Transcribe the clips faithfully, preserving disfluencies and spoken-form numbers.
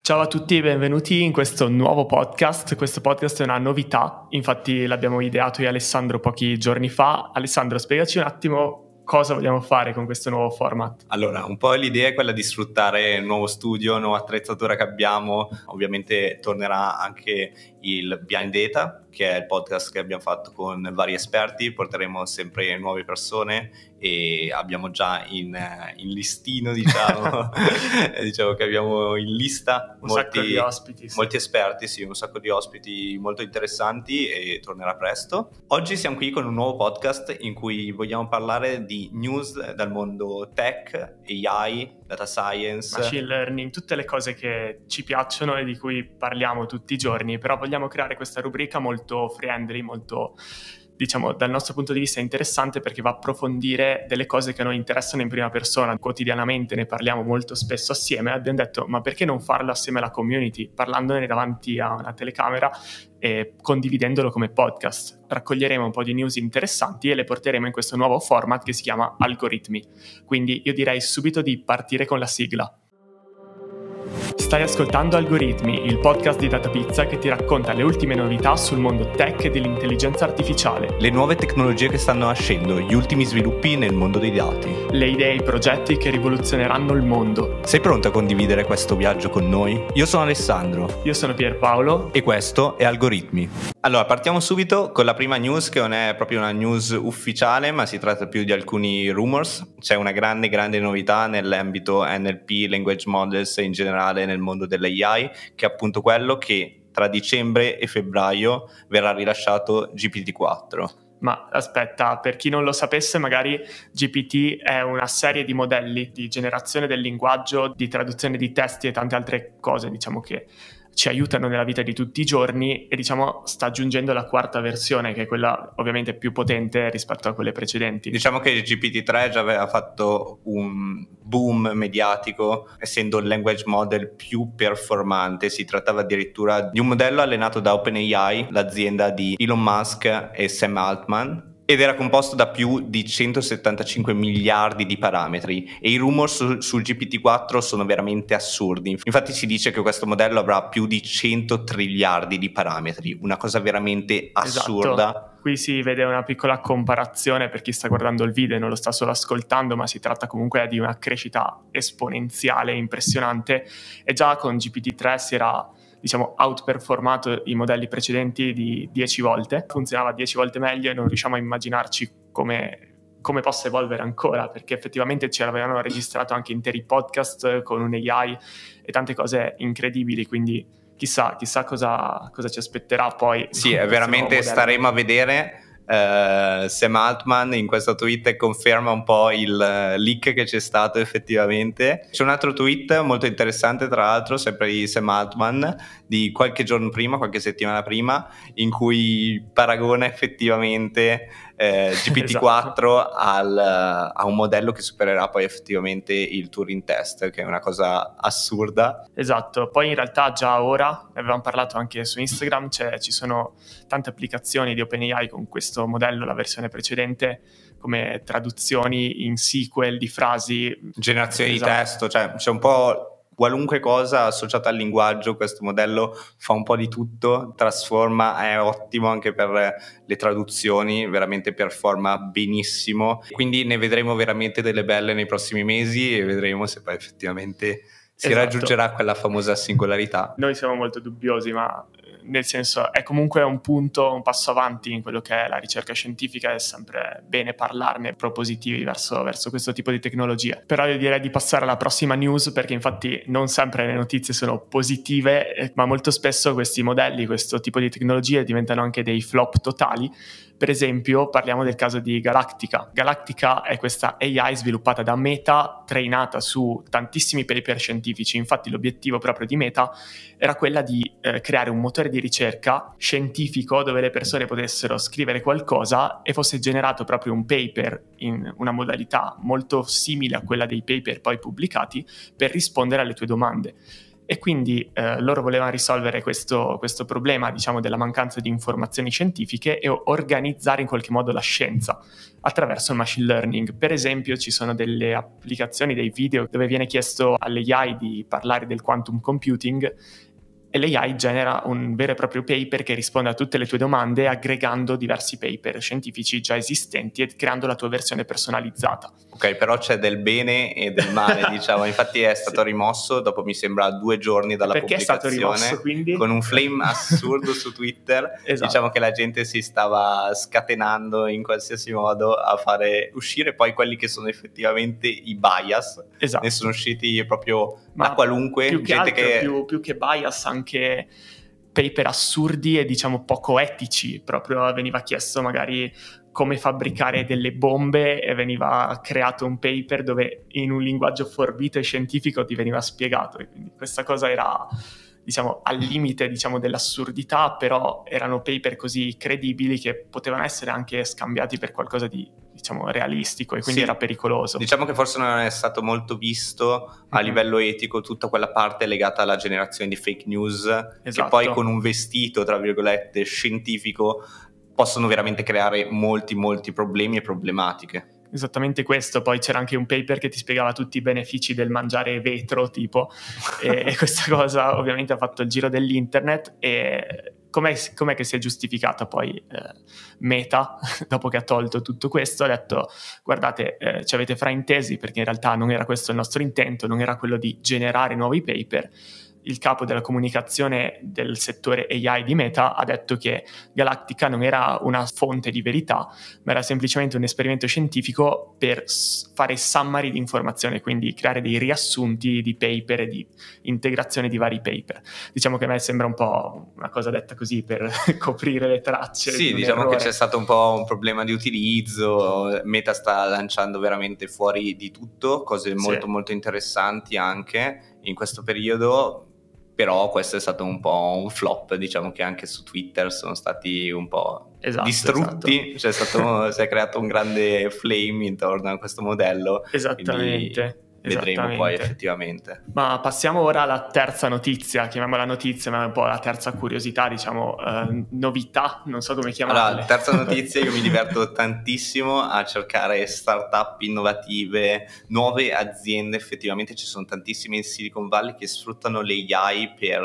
Ciao a tutti e benvenuti in questo nuovo podcast. Questo podcast è una novità, infatti l'abbiamo ideato io e Alessandro pochi giorni fa. Alessandro, spiegaci un attimo cosa vogliamo fare con questo nuovo format. Allora, un po' l'idea è quella di sfruttare il nuovo studio, nuova attrezzatura che abbiamo. Ovviamente tornerà anche il Behind Data, che è il podcast che abbiamo fatto con vari esperti. Porteremo sempre nuove persone e abbiamo già in, in listino, diciamo, diciamo che abbiamo in lista un molti, sacco di ospiti, sì. molti esperti, sì, un sacco di ospiti molto interessanti e tornerà presto. Oggi siamo qui con un nuovo podcast in cui vogliamo parlare di news dal mondo tech, A I, data science, machine learning, tutte le cose che ci piacciono e di cui parliamo tutti i giorni, però vogliamo creare questa rubrica molto friendly, molto, diciamo, dal nostro punto di vista interessante perché va a approfondire delle cose che a noi interessano in prima persona. Quotidianamente ne parliamo molto spesso assieme e abbiamo detto ma perché non farlo assieme alla community, parlandone davanti a una telecamera e condividendolo come podcast. Raccoglieremo un po' di news interessanti e le porteremo in questo nuovo format che si chiama Algoritmi. Quindi io direi subito di partire con la sigla. Stai ascoltando Algoritmi, il podcast di DataPizza che ti racconta le ultime novità sul mondo tech e dell'intelligenza artificiale, le nuove tecnologie che stanno nascendo, gli ultimi sviluppi nel mondo dei dati, le idee e i progetti che rivoluzioneranno il mondo. Sei pronto a condividere questo viaggio con noi? Io sono Alessandro. Io sono Pierpaolo. E questo è Algoritmi. Allora, partiamo subito con la prima news, che non è proprio una news ufficiale, ma si tratta più di alcuni rumors. C'è una grande, grande novità nell'ambito N L P, language models e in generale nel mondo dell'A I, che è appunto quello che tra dicembre e febbraio verrà rilasciato G P T quattro. Ma aspetta, per chi non lo sapesse, magari G P T è una serie di modelli di generazione del linguaggio, di traduzione di testi e tante altre cose, diciamo, che ci aiutano nella vita di tutti i giorni e diciamo sta aggiungendo la quarta versione, che è quella ovviamente più potente rispetto a quelle precedenti. Diciamo che G P T tre già aveva fatto un boom mediatico, essendo il language model più performante. Si trattava addirittura di un modello allenato da OpenAI, l'azienda di Elon Musk e Sam Altman, ed era composto da più di centosettantacinque miliardi di parametri e i rumor su, sul G P T quattro sono veramente assurdi. Infatti si dice che questo modello avrà più di cento triliardi di parametri, una cosa veramente assurda. Esatto. Qui si vede una piccola comparazione per chi sta guardando il video e non lo sta solo ascoltando, ma si tratta comunque di una crescita esponenziale, impressionante, e già con G P T tre si era, diciamo, outperformato i modelli precedenti di dieci volte, funzionava dieci volte meglio e non riusciamo a immaginarci come, come possa evolvere ancora, perché effettivamente ci avevano registrato anche interi podcast con un A I e tante cose incredibili, quindi chissà, chissà cosa, cosa ci aspetterà poi. Sì, veramente staremo a vedere. Uh, Sam Altman in questo tweet conferma un po' il leak che c'è stato effettivamente. C'è un altro tweet molto interessante, tra l'altro, sempre di Sam Altman, di qualche giorno prima, qualche settimana prima, in cui paragona effettivamente eh, G P T quattro esatto. al, a un modello che supererà poi effettivamente il Turing test, che è una cosa assurda. Esatto, poi in realtà già ora, ne avevamo parlato anche su Instagram, cioè, ci sono tante applicazioni di OpenAI con questo modello, la versione precedente, come traduzioni in S Q L di frasi, generazione esatto. di testo, cioè c'è un po' qualunque cosa associata al linguaggio. Questo modello fa un po' di tutto, trasforma, è ottimo anche per le traduzioni, veramente performa benissimo, quindi ne vedremo veramente delle belle nei prossimi mesi e vedremo se poi effettivamente si esatto. raggiungerà quella famosa singolarità. Noi siamo molto dubbiosi, ma nel senso è comunque un punto, un passo avanti in quello che è la ricerca scientifica, è sempre bene parlarne propositivi verso, verso questo tipo di tecnologia. Però io direi di passare alla prossima news, perché infatti non sempre le notizie sono positive, ma molto spesso questi modelli, questo tipo di tecnologie diventano anche dei flop totali. Per esempio parliamo del caso di Galactica. Galactica è questa A I sviluppata da Meta, trainata su tantissimi paper scientifici. Infatti l'obiettivo proprio di Meta era quella di eh, creare un motore di ricerca scientifico dove le persone potessero scrivere qualcosa e fosse generato proprio un paper in una modalità molto simile a quella dei paper poi pubblicati per rispondere alle tue domande. e quindi eh, loro volevano risolvere questo, questo problema, diciamo, della mancanza di informazioni scientifiche e organizzare in qualche modo la scienza attraverso il machine learning. Per esempio ci sono delle applicazioni, dei video dove viene chiesto alle A I di parlare del quantum computing e l'A I genera un vero e proprio paper che risponde a tutte le tue domande aggregando diversi paper scientifici già esistenti e creando la tua versione personalizzata. Ok, però c'è del bene e del male, diciamo. Infatti è stato sì. rimosso dopo, mi sembra, due giorni dalla Perché pubblicazione. Perché è stato rimosso, quindi? Con un flame assurdo su Twitter. Esatto. Diciamo che la gente si stava scatenando in qualsiasi modo a fare uscire poi quelli che sono effettivamente i bias. Esatto. Ne sono usciti proprio Ma da qualunque più che gente altro, che... Più, più che bias, anche paper assurdi e diciamo poco etici. Proprio veniva chiesto magari come fabbricare delle bombe e veniva creato un paper dove in un linguaggio forbito e scientifico ti veniva spiegato, e quindi questa cosa era, diciamo, al limite, diciamo, dell'assurdità, però erano paper così credibili che potevano essere anche scambiati per qualcosa di, diciamo, realistico, e quindi sì, era pericoloso. Diciamo che forse non è stato molto visto a mm-hmm. livello etico tutta quella parte legata alla generazione di fake news, esatto. che poi con un vestito, tra virgolette, scientifico possono veramente creare molti molti problemi e problematiche. Esattamente questo. Poi c'era anche un paper che ti spiegava tutti i benefici del mangiare vetro, tipo, e, e questa cosa ovviamente ha fatto il giro dell'internet. E com'è, com'è che si è giustificata poi eh, Meta, dopo che ha tolto tutto questo? Ha detto: guardate, eh, ci avete fraintesi, perché in realtà non era questo il nostro intento, non era quello di generare nuovi paper. Il capo della comunicazione del settore A I di Meta ha detto che Galactica non era una fonte di verità, ma era semplicemente un esperimento scientifico per fare summary di informazione, quindi creare dei riassunti di paper e di integrazione di vari paper. Diciamo che a me sembra un po' una cosa detta così per coprire le tracce. Sì, diciamo errore. Che c'è stato un po' un problema di utilizzo. Meta sta lanciando veramente fuori di tutto, cose molto sì. molto interessanti anche in questo periodo. Però questo è stato un po' un flop, diciamo che anche su Twitter sono stati un po' esatto, distrutti, esatto. C'è stato, si è creato un grande flame intorno a questo modello. Esattamente. Vedremo poi effettivamente. Ma passiamo ora alla terza notizia, chiamiamola notizia, ma è un po' la terza curiosità, diciamo, eh, novità, non so come chiamarla. Allora, terza notizia, io mi diverto tantissimo a cercare startup innovative, nuove aziende. Effettivamente ci sono tantissime in Silicon Valley che sfruttano le A I per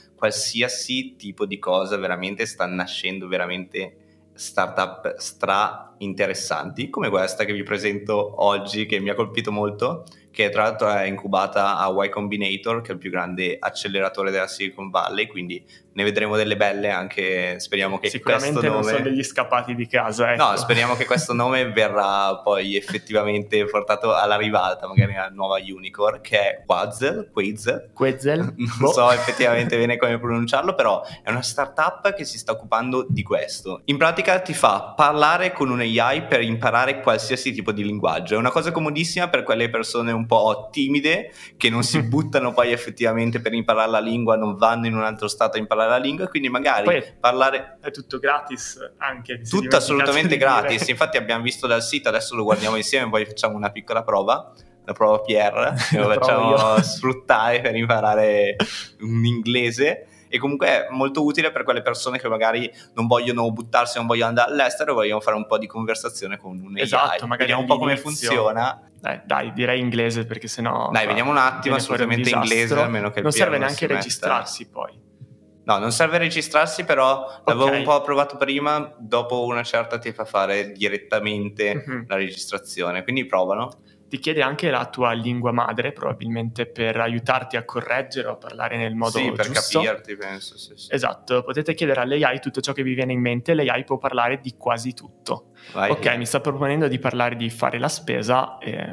qualsiasi tipo di cosa, veramente sta nascendo veramente startup stra interessanti, come questa che vi presento oggi, che mi ha colpito molto, che tra l'altro è incubata a Y Combinator, che è il più grande acceleratore della Silicon Valley, quindi ne vedremo delle belle anche, speriamo che sicuramente questo nome... non sono degli scappati di casa, ecco. No, speriamo che questo nome verrà poi effettivamente portato alla ribalta, magari alla nuova unicorn, che è Quazel, Quazel, Quazel. non boh. so effettivamente bene come pronunciarlo, però è una startup che si sta occupando di questo. In pratica ti fa parlare con un A I per imparare qualsiasi tipo di linguaggio. È una cosa comodissima per quelle persone un po' timide che non si buttano poi effettivamente per imparare la lingua, non vanno in un altro stato a imparare la lingua, quindi magari poi parlare è tutto gratis anche, tutto assolutamente gratis dire. Infatti abbiamo visto dal sito, adesso lo guardiamo insieme, poi facciamo una piccola prova, la prova Pierre, che lo facciamo sfruttare per imparare un inglese. E comunque è molto utile per quelle persone che magari non vogliono buttarsi, non vogliono andare all'estero, vogliono fare un po' di conversazione con un esatto, A I. Magari vediamo un po' come funziona. Dai, dai, direi inglese, perché sennò dai, vediamo un attimo, assolutamente un inglese, almeno che il non Pierre serve non neanche registrarsi metta. Poi no, non serve registrarsi, però okay. L'avevo un po' provato prima, dopo una certa ti fa fare direttamente mm-hmm. la registrazione, quindi provano. Ti chiede anche la tua lingua madre, probabilmente per aiutarti a correggere o a parlare nel modo sì, per giusto. capirti, penso, sì, sì. Esatto, potete chiedere all'A I tutto ciò che vi viene in mente, l'A I può parlare di quasi tutto. Vai, ok, via. Mi sta proponendo di parlare di fare la spesa. E...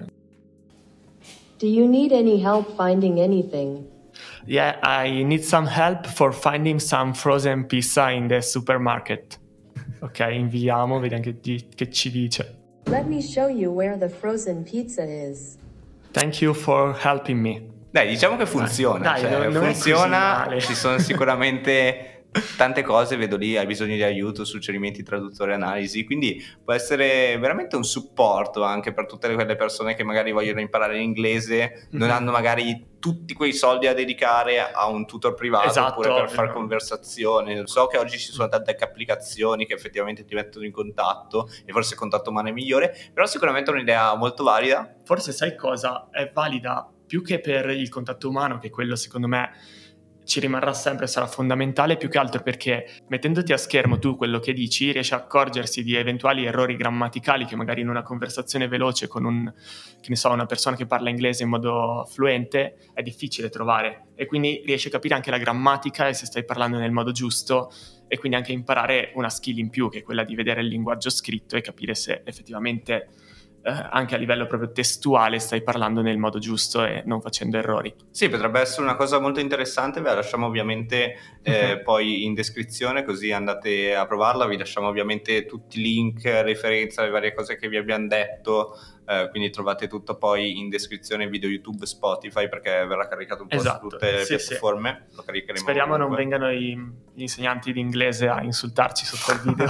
Do you need any help finding anything? Yeah, I need some help for finding some frozen pizza in the supermarket. Ok, inviamo, vediamo che, di- che ci dice. Let me show you where the frozen pizza is. Thank you for helping me. Dai, diciamo che funziona, dai, cioè, non, non funziona, ci sono sicuramente tante cose, vedo lì, hai bisogno di aiuto, suggerimenti, traduttori, analisi, quindi può essere veramente un supporto anche per tutte quelle persone che magari vogliono imparare l'inglese, non Mhm. hanno magari tutti quei soldi a dedicare a un tutor privato, Esatto, oppure per fare no. conversazione. So che oggi ci sono tante applicazioni che effettivamente ti mettono in contatto e forse il contatto umano è migliore, però sicuramente è un'idea molto valida. Forse sai cosa? È valida più che per il contatto umano, che quello secondo me ci rimarrà sempre, sarà fondamentale, più che altro perché mettendoti a schermo tu quello che dici riesci a accorgersi di eventuali errori grammaticali che magari in una conversazione veloce con un, che ne so, una persona che parla inglese in modo fluente è difficile trovare, e quindi riesci a capire anche la grammatica e se stai parlando nel modo giusto, e quindi anche imparare una skill in più, che è quella di vedere il linguaggio scritto e capire se effettivamente Eh, anche a livello proprio testuale stai parlando nel modo giusto e non facendo errori. Sì, potrebbe essere una cosa molto interessante, ve la lasciamo ovviamente eh, Mhm. poi in descrizione, così andate a provarla, vi lasciamo ovviamente tutti i link, referenze alle varie cose che vi abbiamo detto, eh, quindi trovate tutto poi in descrizione, video YouTube, Spotify, perché verrà caricato un po' Esatto, su tutte le sì, sì. piattaforme, lo caricheremo Speriamo non ovunque. vengano i, gli insegnanti di inglese a insultarci sotto il video.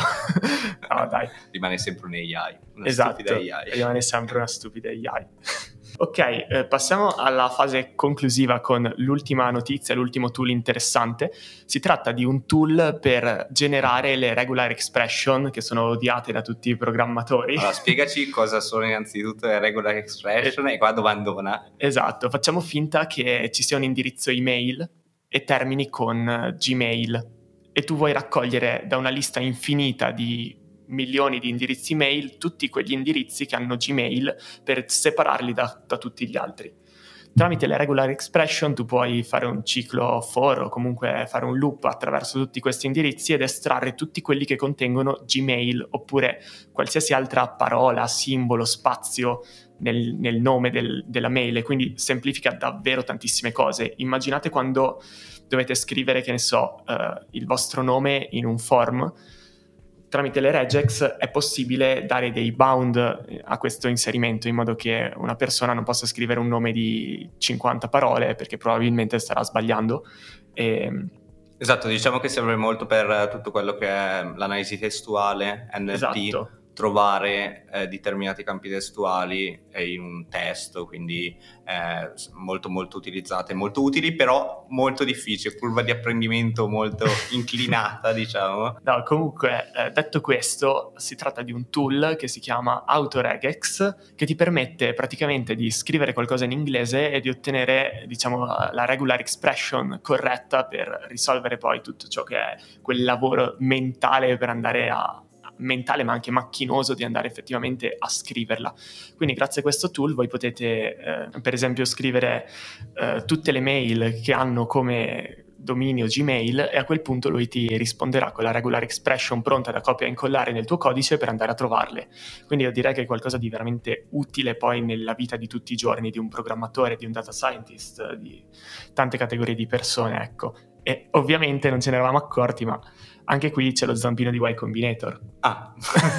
No, dai. Rimane sempre un A I, una Esatto, stupida A I. rimane sempre una stupida A I. Ok, eh, passiamo alla fase conclusiva con l'ultima notizia, l'ultimo tool interessante. Si tratta di un tool per generare le regular expression, che sono odiate da tutti i programmatori. Allora, spiegaci cosa sono innanzitutto le regular expression e qua domandona. Esatto, facciamo finta che ci sia un indirizzo email e termini con Gmail, e tu vuoi raccogliere da una lista infinita di milioni di indirizzi mail tutti quegli indirizzi che hanno Gmail per separarli da, da tutti gli altri. Tramite le regular expression tu puoi fare un ciclo for o comunque fare un loop attraverso tutti questi indirizzi ed estrarre tutti quelli che contengono Gmail oppure qualsiasi altra parola, simbolo, spazio nel, nel nome del, della mail, e quindi semplifica davvero tantissime cose. Immaginate quando dovete scrivere, che ne so, uh, il vostro nome in un form. Tramite le regex è possibile dare dei bound a questo inserimento, in modo che una persona non possa scrivere un nome di cinquanta parole perché probabilmente starà sbagliando. E... Esatto, diciamo che serve molto per tutto quello che è l'analisi testuale, N L P, Esatto. trovare eh, determinati campi testuali eh, in un testo, quindi eh, molto molto utilizzate, molto utili, però molto difficile, curva di apprendimento molto inclinata, diciamo. No, comunque, eh, detto questo, si tratta di un tool che si chiama Autoregex, che ti permette praticamente di scrivere qualcosa in inglese e di ottenere, diciamo, la regular expression corretta per risolvere poi tutto ciò che è quel lavoro mentale per andare a mentale ma anche macchinoso di andare effettivamente a scriverla. Quindi grazie a questo tool voi potete eh, per esempio scrivere eh, tutte le mail che hanno come dominio Gmail, e a quel punto lui ti risponderà con la regular expression pronta da copia e incollare nel tuo codice per andare a trovarle. Quindi io direi che è qualcosa di veramente utile poi nella vita di tutti i giorni di un programmatore, di un data scientist, di tante categorie di persone, ecco. E ovviamente non ce ne eravamo accorti, ma anche qui c'è lo zampino di Y Combinator. Ah,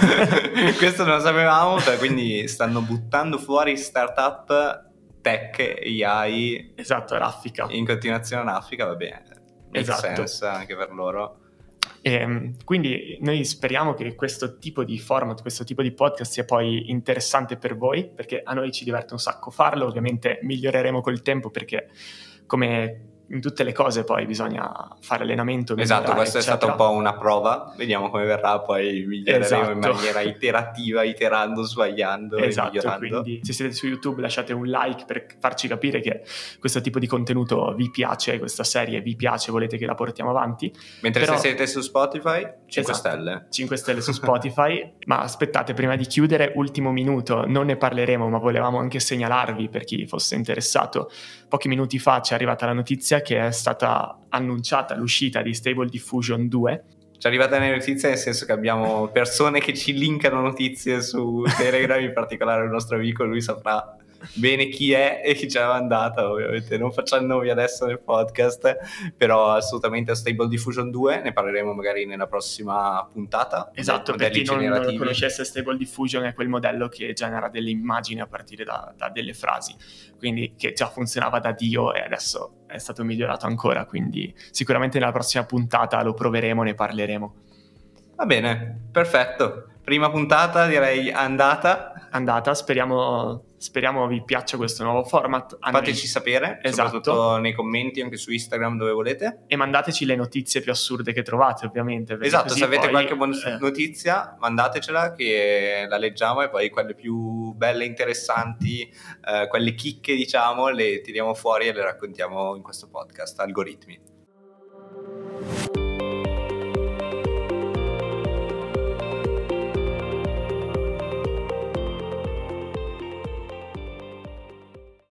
questo non lo sapevamo, quindi stanno buttando fuori startup tech A I. Esatto, raffica. In continuazione raffica, va bene, make Esatto. sense anche per loro. E quindi noi speriamo che questo tipo di format, questo tipo di podcast sia poi interessante per voi, perché a noi ci diverte un sacco farlo. Ovviamente miglioreremo col tempo, perché come in tutte le cose poi bisogna fare allenamento. Esatto, questa eccetera. è stata un po' una prova, vediamo come verrà, poi miglioreremo Esatto. in maniera iterativa, iterando, sbagliando esatto, e migliorando. Quindi se siete su YouTube lasciate un like per farci capire che questo tipo di contenuto vi piace, questa serie vi piace, volete che la portiamo avanti. Mentre Però... se siete su Spotify, cinque esatto, stelle. cinque stelle su Spotify. Ma aspettate, prima di chiudere, ultimo minuto, non ne parleremo, ma volevamo anche segnalarvi, per chi fosse interessato, pochi minuti fa ci è arrivata la notizia che è stata annunciata l'uscita di Stable Diffusion due. Ci è arrivata le notizie, nel senso che abbiamo persone che ci linkano notizie su Telegram, in particolare il nostro amico, lui saprà bene chi è e chi ci aveva andata, ovviamente non facciamo nomi adesso nel podcast, però assolutamente Stable Diffusion due, ne parleremo magari nella prossima puntata. Esatto, per chi non, non conoscesse Stable Diffusion, è quel modello che genera delle immagini a partire da, da delle frasi, quindi che già funzionava da Dio e adesso è stato migliorato ancora, quindi sicuramente nella prossima puntata lo proveremo, ne parleremo. Va bene, perfetto. Prima puntata direi andata. Andata, speriamo, speriamo vi piaccia questo nuovo format. A Fateci noi. sapere, Esatto. soprattutto nei commenti, anche su Instagram dove volete. E mandateci le notizie più assurde che trovate, ovviamente. Esatto, se avete poi, qualche buona eh. notizia, mandatecela che la leggiamo e poi quelle più belle, interessanti, eh, quelle chicche diciamo, le tiriamo fuori e le raccontiamo in questo podcast, Algoritmi.